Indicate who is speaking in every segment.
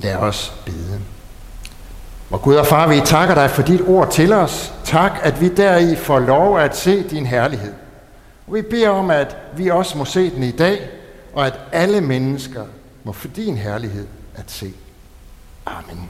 Speaker 1: Lad os bede. Vor Gud og Far, vi takker dig for dit ord til os. Tak, at vi deri får lov at se din herlighed. Og vi beder om, at vi også må se den i dag, og at alle mennesker må få din herlighed at se. Amen.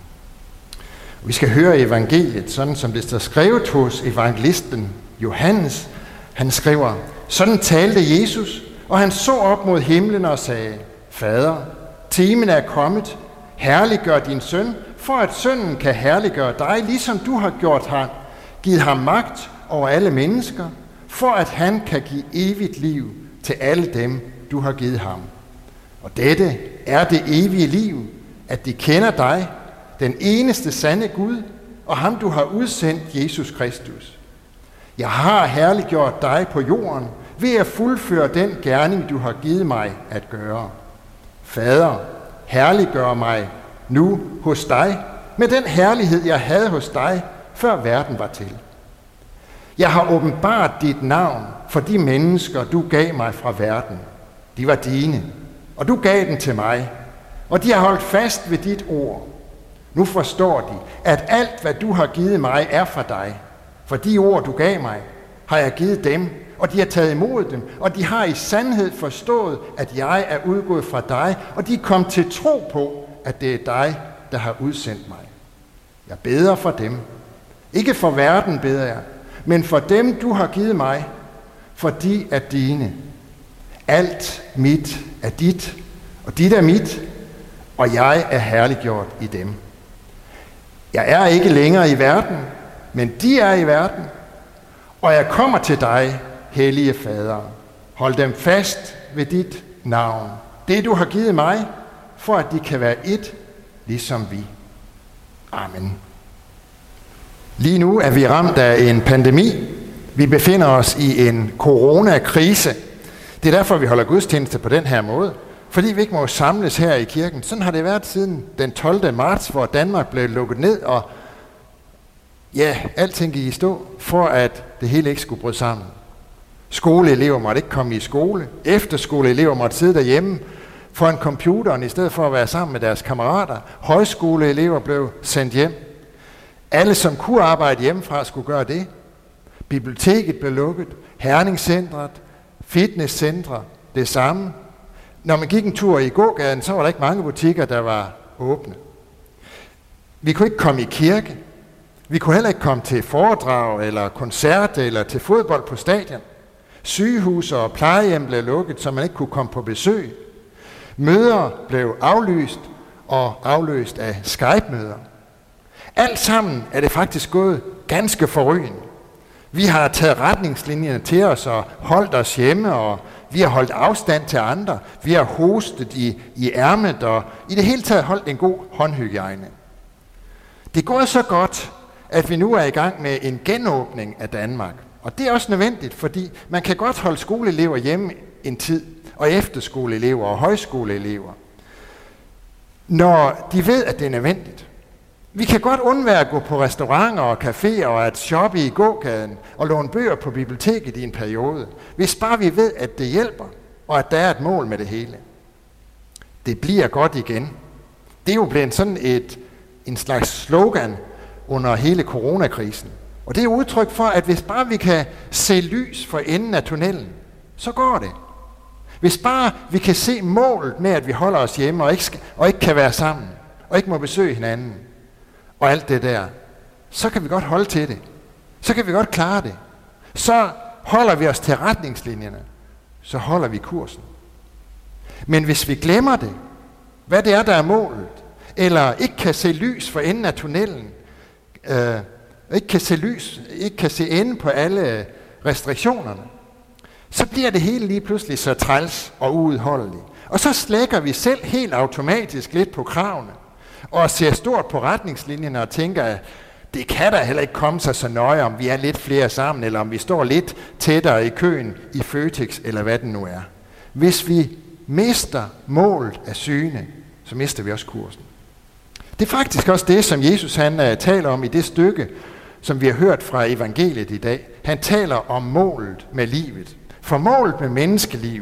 Speaker 1: Vi skal høre evangeliet, sådan som det står skrevet hos evangelisten Johannes. Han skriver, sådan talte Jesus, og han så op mod himlen og sagde, Fader, timen er kommet, herliggør din søn, for at sønnen kan herliggøre dig, ligesom du har givet ham magt over alle mennesker, for at han kan give evigt liv til alle dem, du har givet ham. Og dette er det evige liv, at de kender dig, den eneste sande Gud, og ham du har udsendt, Jesus Kristus. Jeg har herliggjort dig på jorden, ved at fuldføre den gerning, du har givet mig at gøre. Fader, herliggør mig nu hos dig, med den herlighed, jeg havde hos dig, før verden var til. Jeg har åbenbart dit navn for de mennesker, du gav mig fra verden. De var dine, og du gav dem til mig, og de har holdt fast ved dit ord. Nu forstår de, at alt, hvad du har givet mig, er fra dig. For de ord, du gav mig, har jeg givet dem, og de har taget imod dem, og de har i sandhed forstået, at jeg er udgået fra dig, og de er kommet til tro på, at det er dig, der har udsendt mig. Jeg beder for dem. Ikke for verden beder jeg, men for dem, du har givet mig, for de er dine. Alt mit er dit, og dit er mit, og jeg er herliggjort i dem. Jeg er ikke længere i verden, men de er i verden, og jeg kommer til dig, hellige Fader. Hold dem fast ved dit navn, det du har givet mig, for at de kan være ét, ligesom vi. Amen. Lige nu er vi ramt af en pandemi. Vi befinder os i en coronakrise. Det er derfor, vi holder gudstjeneste på den her måde. Fordi vi ikke må samles her i kirken. Sådan har det været siden den 12. marts, hvor Danmark blev lukket ned, og ja, alting gik i stå, for at det hele ikke skulle bryde sammen. Skoleelever måtte ikke komme i skole. Efterskoleelever måtte sidde derhjemme foran computeren, i stedet for at være sammen med deres kammerater. Højskoleelever blev sendt hjem. Alle, som kunne arbejde hjemmefra, skulle gøre det. Biblioteket blev lukket. Herningscentret, fitnesscentre, det samme. Når man gik en tur i gågaden, så var der ikke mange butikker, der var åbne. Vi kunne ikke komme i kirke. Vi kunne heller ikke komme til foredrag eller koncert eller til fodbold på stadion. Sygehuse og plejehjem blev lukket, så man ikke kunne komme på besøg. Møder blev aflyst og afløst af Skype-møder. Alt sammen er det faktisk gået ganske forrygende. Vi har taget retningslinjerne til os og holdt os hjemme, og vi har holdt afstand til andre. Vi har hostet i ærmet og i det hele taget holdt en god håndhygiejne. Det er gået så godt, at vi nu er i gang med en genåbning af Danmark. Og det er også nødvendigt, fordi man kan godt holde skoleelever hjemme en tid, og efterskoleelever og højskoleelever, når de ved, at det er nødvendigt. Vi kan godt undvære at gå på restauranter og caféer og at shoppe i gågaden og låne bøger på biblioteket i en periode, hvis bare vi ved, at det hjælper, og at der er et mål med det hele. Det bliver godt igen. Det er jo blevet sådan en slags slogan under hele coronakrisen. Og det er udtryk for, at hvis bare vi kan se lys for enden af tunnelen, så går det. Hvis bare vi kan se målet med, at vi holder os hjemme og ikke kan være sammen, og ikke må besøge hinanden, og alt det der, så kan vi godt holde til det. Så kan vi godt klare det. Så holder vi os til retningslinjerne. Så holder vi kursen. Men hvis vi glemmer det, hvad det er, der er målet, eller ikke kan se lys for enden af tunnelen, ikke kan se enden på alle restriktionerne, så bliver det hele lige pludselig så træls og uudholdeligt. Og så slækker vi selv helt automatisk lidt på kravene, og ser stort på retningslinjerne og tænker, at det kan da heller ikke komme sig så nøje, om vi er lidt flere sammen, eller om vi står lidt tættere i køen i Føtex, eller hvad det nu er. Hvis vi mister målet af syne, så mister vi også kursen. Det er faktisk også det, som Jesus han taler om i det stykke, som vi har hørt fra evangeliet i dag. Han taler om målet med livet. For målet med menneskelivet,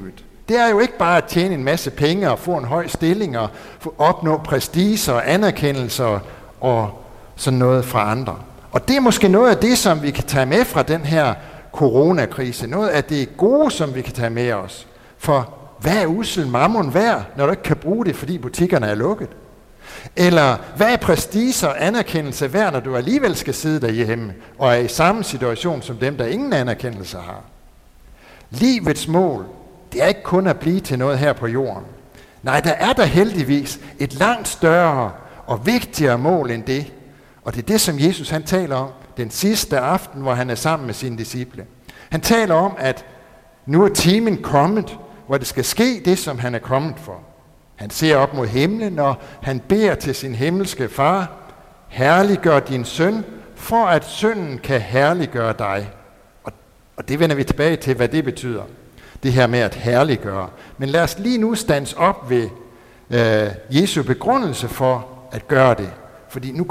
Speaker 1: Det er jo ikke bare at tjene en masse penge og få en høj stilling og opnå prestige og anerkendelser og sådan noget fra andre. Og det er måske noget af det, som vi kan tage med fra den her coronakrise. Noget af det gode, som vi kan tage med os. For hvad er ussel mammon værd, når du ikke kan bruge det, fordi butikkerne er lukket? Eller hvad er prestige og anerkendelse værd, når du alligevel skal sidde derhjemme og er i samme situation som dem, der ingen anerkendelse har? Livets mål, det er ikke kun at blive til noget her på jorden. Nej, der er der heldigvis et langt større og vigtigere mål end det. Og det er det, som Jesus han taler om den sidste aften, hvor han er sammen med sine disciple. Han taler om, at nu er timen kommet, hvor det skal ske det, som han er kommet for. Han ser op mod himlen, og han beder til sin himmelske far, herliggør din søn, for at sønnen kan herliggøre dig. Og det vender vi tilbage til, hvad det betyder. Det her med at herliggøre. Men lad os lige nu stands op ved Jesu begrundelse for at gøre det. Fordi nu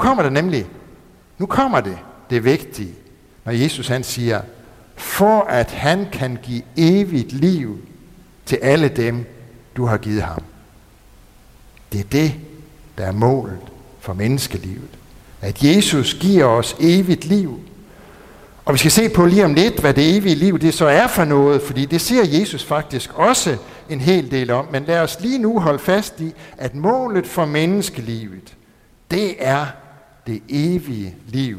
Speaker 1: kommer det vigtige, når Jesus han siger, for at han kan give evigt liv til alle dem, du har givet ham. Det er det, der er målet for menneskelivet. At Jesus giver os evigt liv. Og vi skal se på lige om lidt, hvad det evige liv det så er for noget, fordi det siger Jesus faktisk også en hel del om. Men lad os lige nu holde fast i, at målet for menneskelivet, det er det evige liv.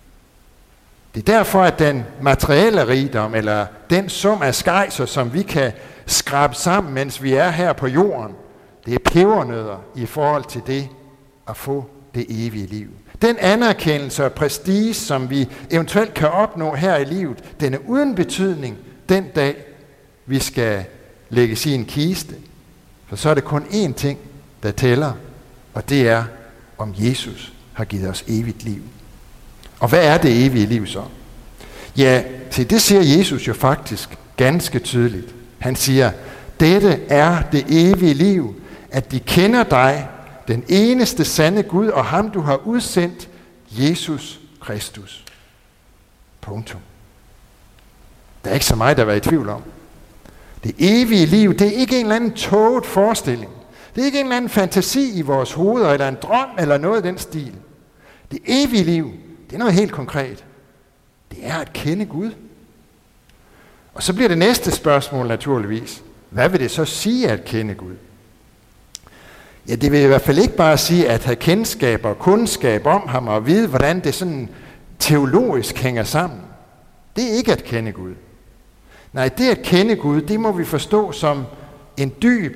Speaker 1: Det er derfor, at den materielle rigdom, eller den sum af skejser, som vi kan skrabe sammen, mens vi er her på jorden, det er pebernødder i forhold til det at få det evige liv. Den anerkendelse og prestige, som vi eventuelt kan opnå her i livet, den er uden betydning den dag, vi skal lægges i en kiste. For så er det kun én ting, der tæller, og det er, om Jesus har givet os evigt liv. Og hvad er det evige liv så? Ja, til det siger Jesus jo faktisk ganske tydeligt. Han siger, dette er det evige liv, at de kender dig, den eneste sande Gud, og ham du har udsendt, Jesus Kristus. Punktum. Der er ikke så meget, der var i tvivl om. Det evige liv, det er ikke en eller anden tåget forestilling. Det er ikke en eller anden fantasi i vores hoveder, eller en drøm, eller noget af den stil. Det evige liv, det er noget helt konkret. Det er at kende Gud. Og så bliver det næste spørgsmål naturligvis. Hvad vil det så sige at kende Gud? Ja, det vil i hvert fald ikke bare sige at have kendskab og kundskab om ham og vide, hvordan det sådan teologisk hænger sammen. Det er ikke at kende Gud. Nej, det at kende Gud, det må vi forstå som en dyb,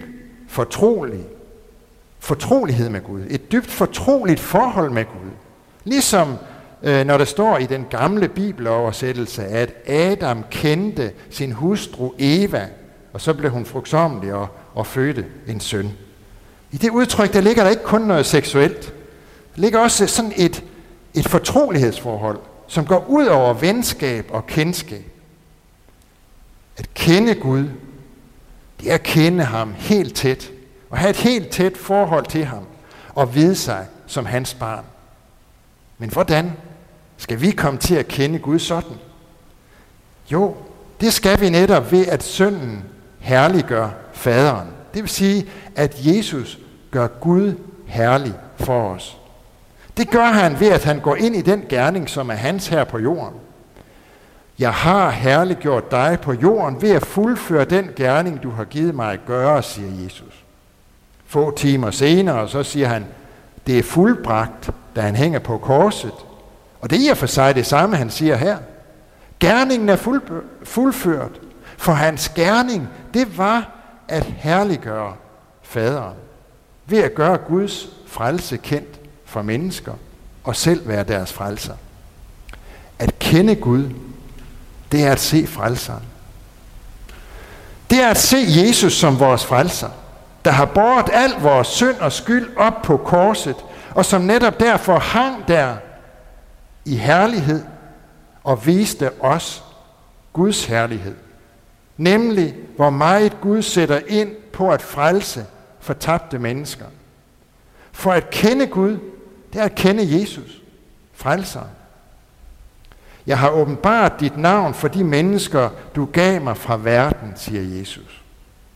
Speaker 1: fortrolighed med Gud. Et dybt fortroligt forhold med Gud. Ligesom når der står i den gamle bibeloversættelse, at Adam kendte sin hustru Eva, og så blev hun frugtsommelig og fødte en søn. I det udtryk, der ligger der ikke kun noget seksuelt. Der ligger også sådan et fortrolighedsforhold, som går ud over venskab og kendskab. At kende Gud, det er at kende ham helt tæt, og have et helt tæt forhold til ham, og vide sig som hans barn. Men hvordan skal vi komme til at kende Gud sådan? Jo, det skal vi netop ved, at sønnen herliggør faderen. Det vil sige, at Jesus gør Gud herlig for os. Det gør han ved, at han går ind i den gerning, som er hans her på jorden. Jeg har herliggjort dig på jorden ved at fuldføre den gerning, du har givet mig at gøre, siger Jesus. Få timer senere, så siger han, det er fuldbragt, da han hænger på korset. Og det er i og for sig det samme, han siger her. Gerningen er fuldført, for hans gerning, det var at herliggøre faderen, ved at gøre Guds frelse kendt for mennesker, og selv være deres frelser. At kende Gud, det er at se frelseren. Det er at se Jesus som vores frelser, der har båret al vores synd og skyld op på korset, og som netop derfor hang der i herlighed og viste os Guds herlighed. Nemlig, hvor meget Gud sætter ind på at frelse fortabte mennesker. For at kende Gud, det er at kende Jesus, frelseren. Jeg har åbenbart dit navn for de mennesker, du gav mig fra verden, siger Jesus.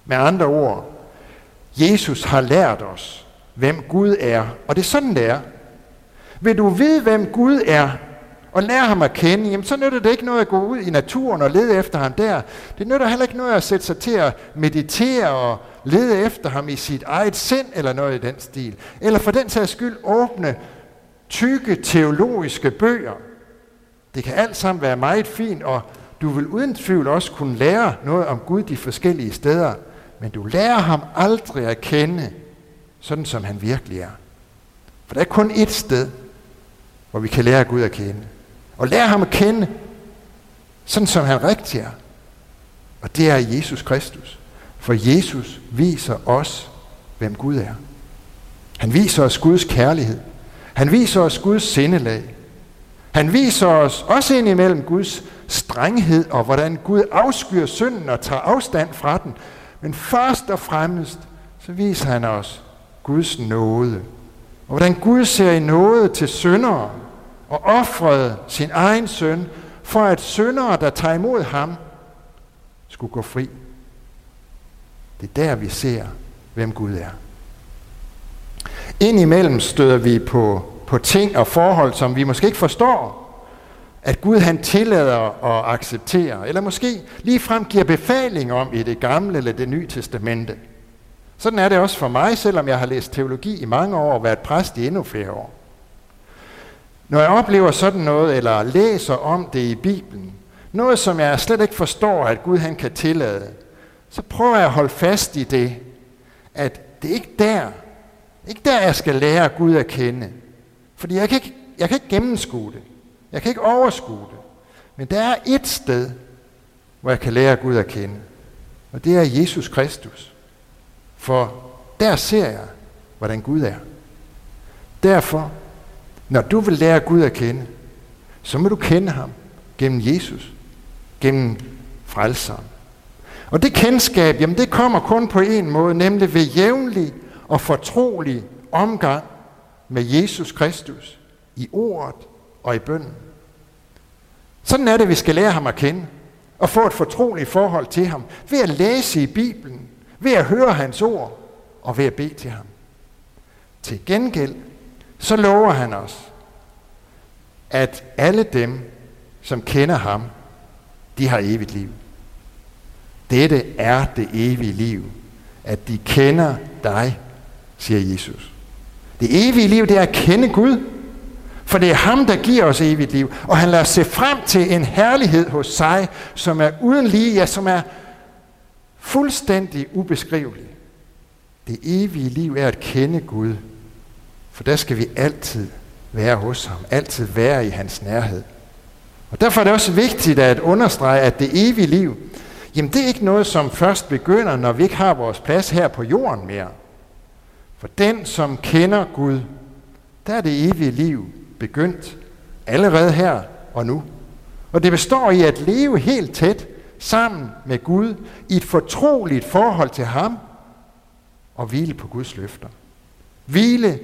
Speaker 1: Med andre ord, Jesus har lært os, hvem Gud er, og det er sådan, det er. Vil du vide, hvem Gud er, og lære ham at kende, jamen så nytter det ikke noget at gå ud i naturen og lede efter ham der. Det nytter heller ikke noget at sætte sig til at meditere og lede efter ham i sit eget sind, eller noget i den stil. Eller for den sags skyld åbne tykke teologiske bøger. Det kan alt sammen være meget fint, og du vil uden tvivl også kunne lære noget om Gud de forskellige steder, men du lærer ham aldrig at kende, sådan som han virkelig er. For der er kun ét sted, hvor vi kan lære Gud at kende. Og lære ham at kende, sådan som han rigtig er. Og det er Jesus Kristus. For Jesus viser os, hvem Gud er. Han viser os Guds kærlighed. Han viser os Guds sindelag. Han viser os også indimellem Guds strenghed, og hvordan Gud afskyr synden og tager afstand fra den. Men først og fremmest, så viser han os Guds nåde. Og hvordan Gud ser i nåde til syndere, og ofrede sin egen søn, for at syndere, der tager imod ham, skulle gå fri. Det er der, vi ser, hvem Gud er. Indimellem støder vi på ting og forhold, som vi måske ikke forstår, at Gud han tillader og accepterer, eller måske ligefrem giver befaling om i det gamle eller det nye testamente. Sådan er det også for mig, selvom jeg har læst teologi i mange år og været præst i endnu flere år. Når jeg oplever sådan noget, eller læser om det i Bibelen, noget som jeg slet ikke forstår, at Gud han kan tillade, så prøver jeg at holde fast i det, at det ikke der jeg skal lære Gud at kende. Fordi jeg kan ikke gennemskue det. Jeg kan ikke overskue det. Men der er ét sted, hvor jeg kan lære Gud at kende. Og det er Jesus Kristus. For der ser jeg, hvordan Gud er. Derfor, når du vil lære Gud at kende, så må du kende ham gennem Jesus, gennem frelseren. Og det kendskab, jamen det kommer kun på en måde, nemlig ved jævnlig og fortrolig omgang med Jesus Kristus i ordet og i bønnen. Sådan er det, vi skal lære ham at kende og få et fortroligt forhold til ham ved at læse i Bibelen, ved at høre hans ord og ved at bede til ham. Til gengæld så lover han os, at alle dem, som kender ham, de har evigt liv. Dette er det evige liv, at de kender dig, siger Jesus. Det evige liv, det er at kende Gud, for det er ham, der giver os evigt liv, og han lader os se frem til en herlighed hos sig, som er uden lige, ja, som er fuldstændig ubeskrivelig. Det evige liv er at kende Gud, for der skal vi altid være hos ham, altid være i hans nærhed. Og derfor er det også vigtigt at understrege, at det evige liv, jamen det er ikke noget, som først begynder, når vi ikke har vores plads her på jorden mere. For den, som kender Gud, der er det evige liv begyndt allerede her og nu. Og det består i at leve helt tæt sammen med Gud i et fortroligt forhold til ham og hvile på Guds løfter. Hvile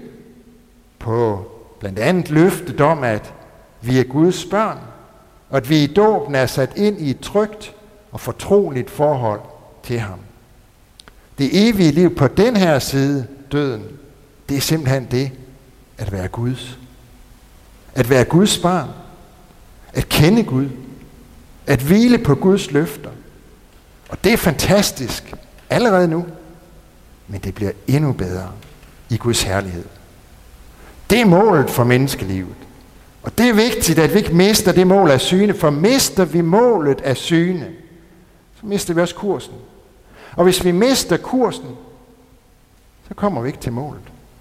Speaker 1: på blandt andet løftet om, at vi er Guds børn, og at vi i dåben er sat ind i et trygt og fortroligt forhold til ham. Det evige liv på den her side, døden, det er simpelthen det at være Guds. At være Guds barn. At kende Gud. At hvile på Guds løfter. Og det er fantastisk allerede nu. Men det bliver endnu bedre i Guds herlighed. Det er målet for menneskelivet. Og det er vigtigt, at vi ikke mister det mål af syne, for mister vi målet af syne, så mister vi også kursen. Og hvis vi mister kursen, så kommer vi ikke til målet.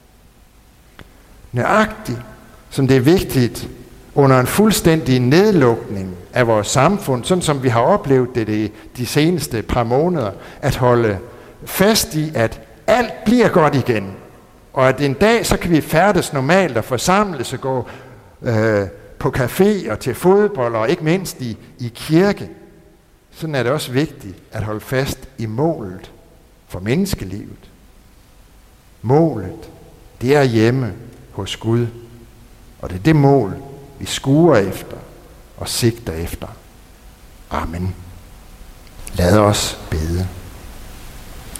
Speaker 1: Nøjagtigt, som det er vigtigt under en fuldstændig nedlukning af vores samfund, sådan som vi har oplevet det de seneste par måneder, at holde fast i, at alt bliver godt igen. Og at en dag, så kan vi færdes normalt og forsamles og gå på café og til fodbold og ikke mindst i kirke. Sådan er det også vigtigt at holde fast i målet for menneskelivet. Målet, det er hjemme hos Gud. Og det er det mål, vi skuer efter og sigter efter. Amen. Lad os bede.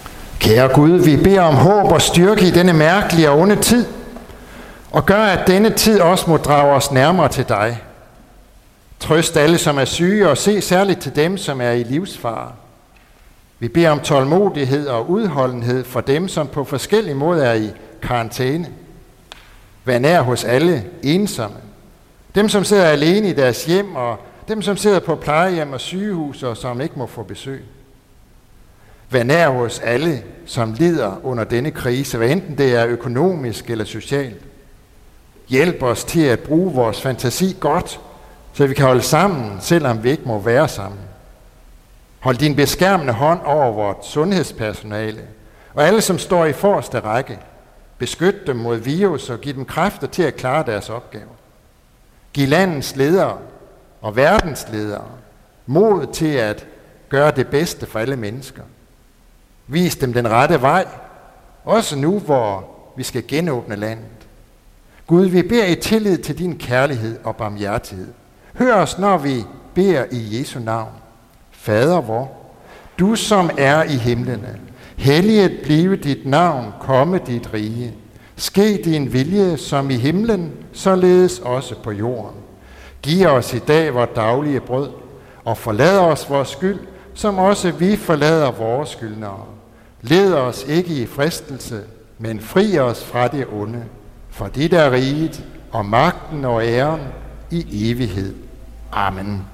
Speaker 1: Kære Gud, vi beder om håb og styrke i denne mærkelige og onde tid, og gør, at denne tid også må drage os nærmere til dig. Trøst alle, som er syge, og se særligt til dem, som er i livsfare. Vi beder om tålmodighed og udholdenhed for dem, som på forskellige måder er i karantæne. Vær nær hos alle ensomme. Dem, som sidder alene i deres hjem, og dem, som sidder på plejehjem og sygehus, og som ikke må få besøg. Vær nær hos alle, som lider under denne krise, hvad enten det er økonomisk eller socialt. Hjælp os til at bruge vores fantasi godt, så vi kan holde sammen, selvom vi ikke må være sammen. Hold din beskærmende hånd over vort sundhedspersonale, og alle, som står i forreste række. Beskyt dem mod virus og giv dem kræfter til at klare deres opgaver. Giv landets ledere og verdens ledere mod til at gøre det bedste for alle mennesker. Vis dem den rette vej, også nu, hvor vi skal genåbne landet. Gud, vi beder i tillid til din kærlighed og barmhjertighed. Hør os, når vi beder i Jesu navn. Fader vor, du som er i himlene, helliget blive dit navn, komme dit rige. Ske din vilje som i himlen, således også på jorden. Giv os i dag vores daglige brød, og forlad os vores skyld, som også vi forlader vores skyldnere. Led os ikke i fristelse, men fri os fra det onde. For dit er riget, og magten og æren i evighed. Amen.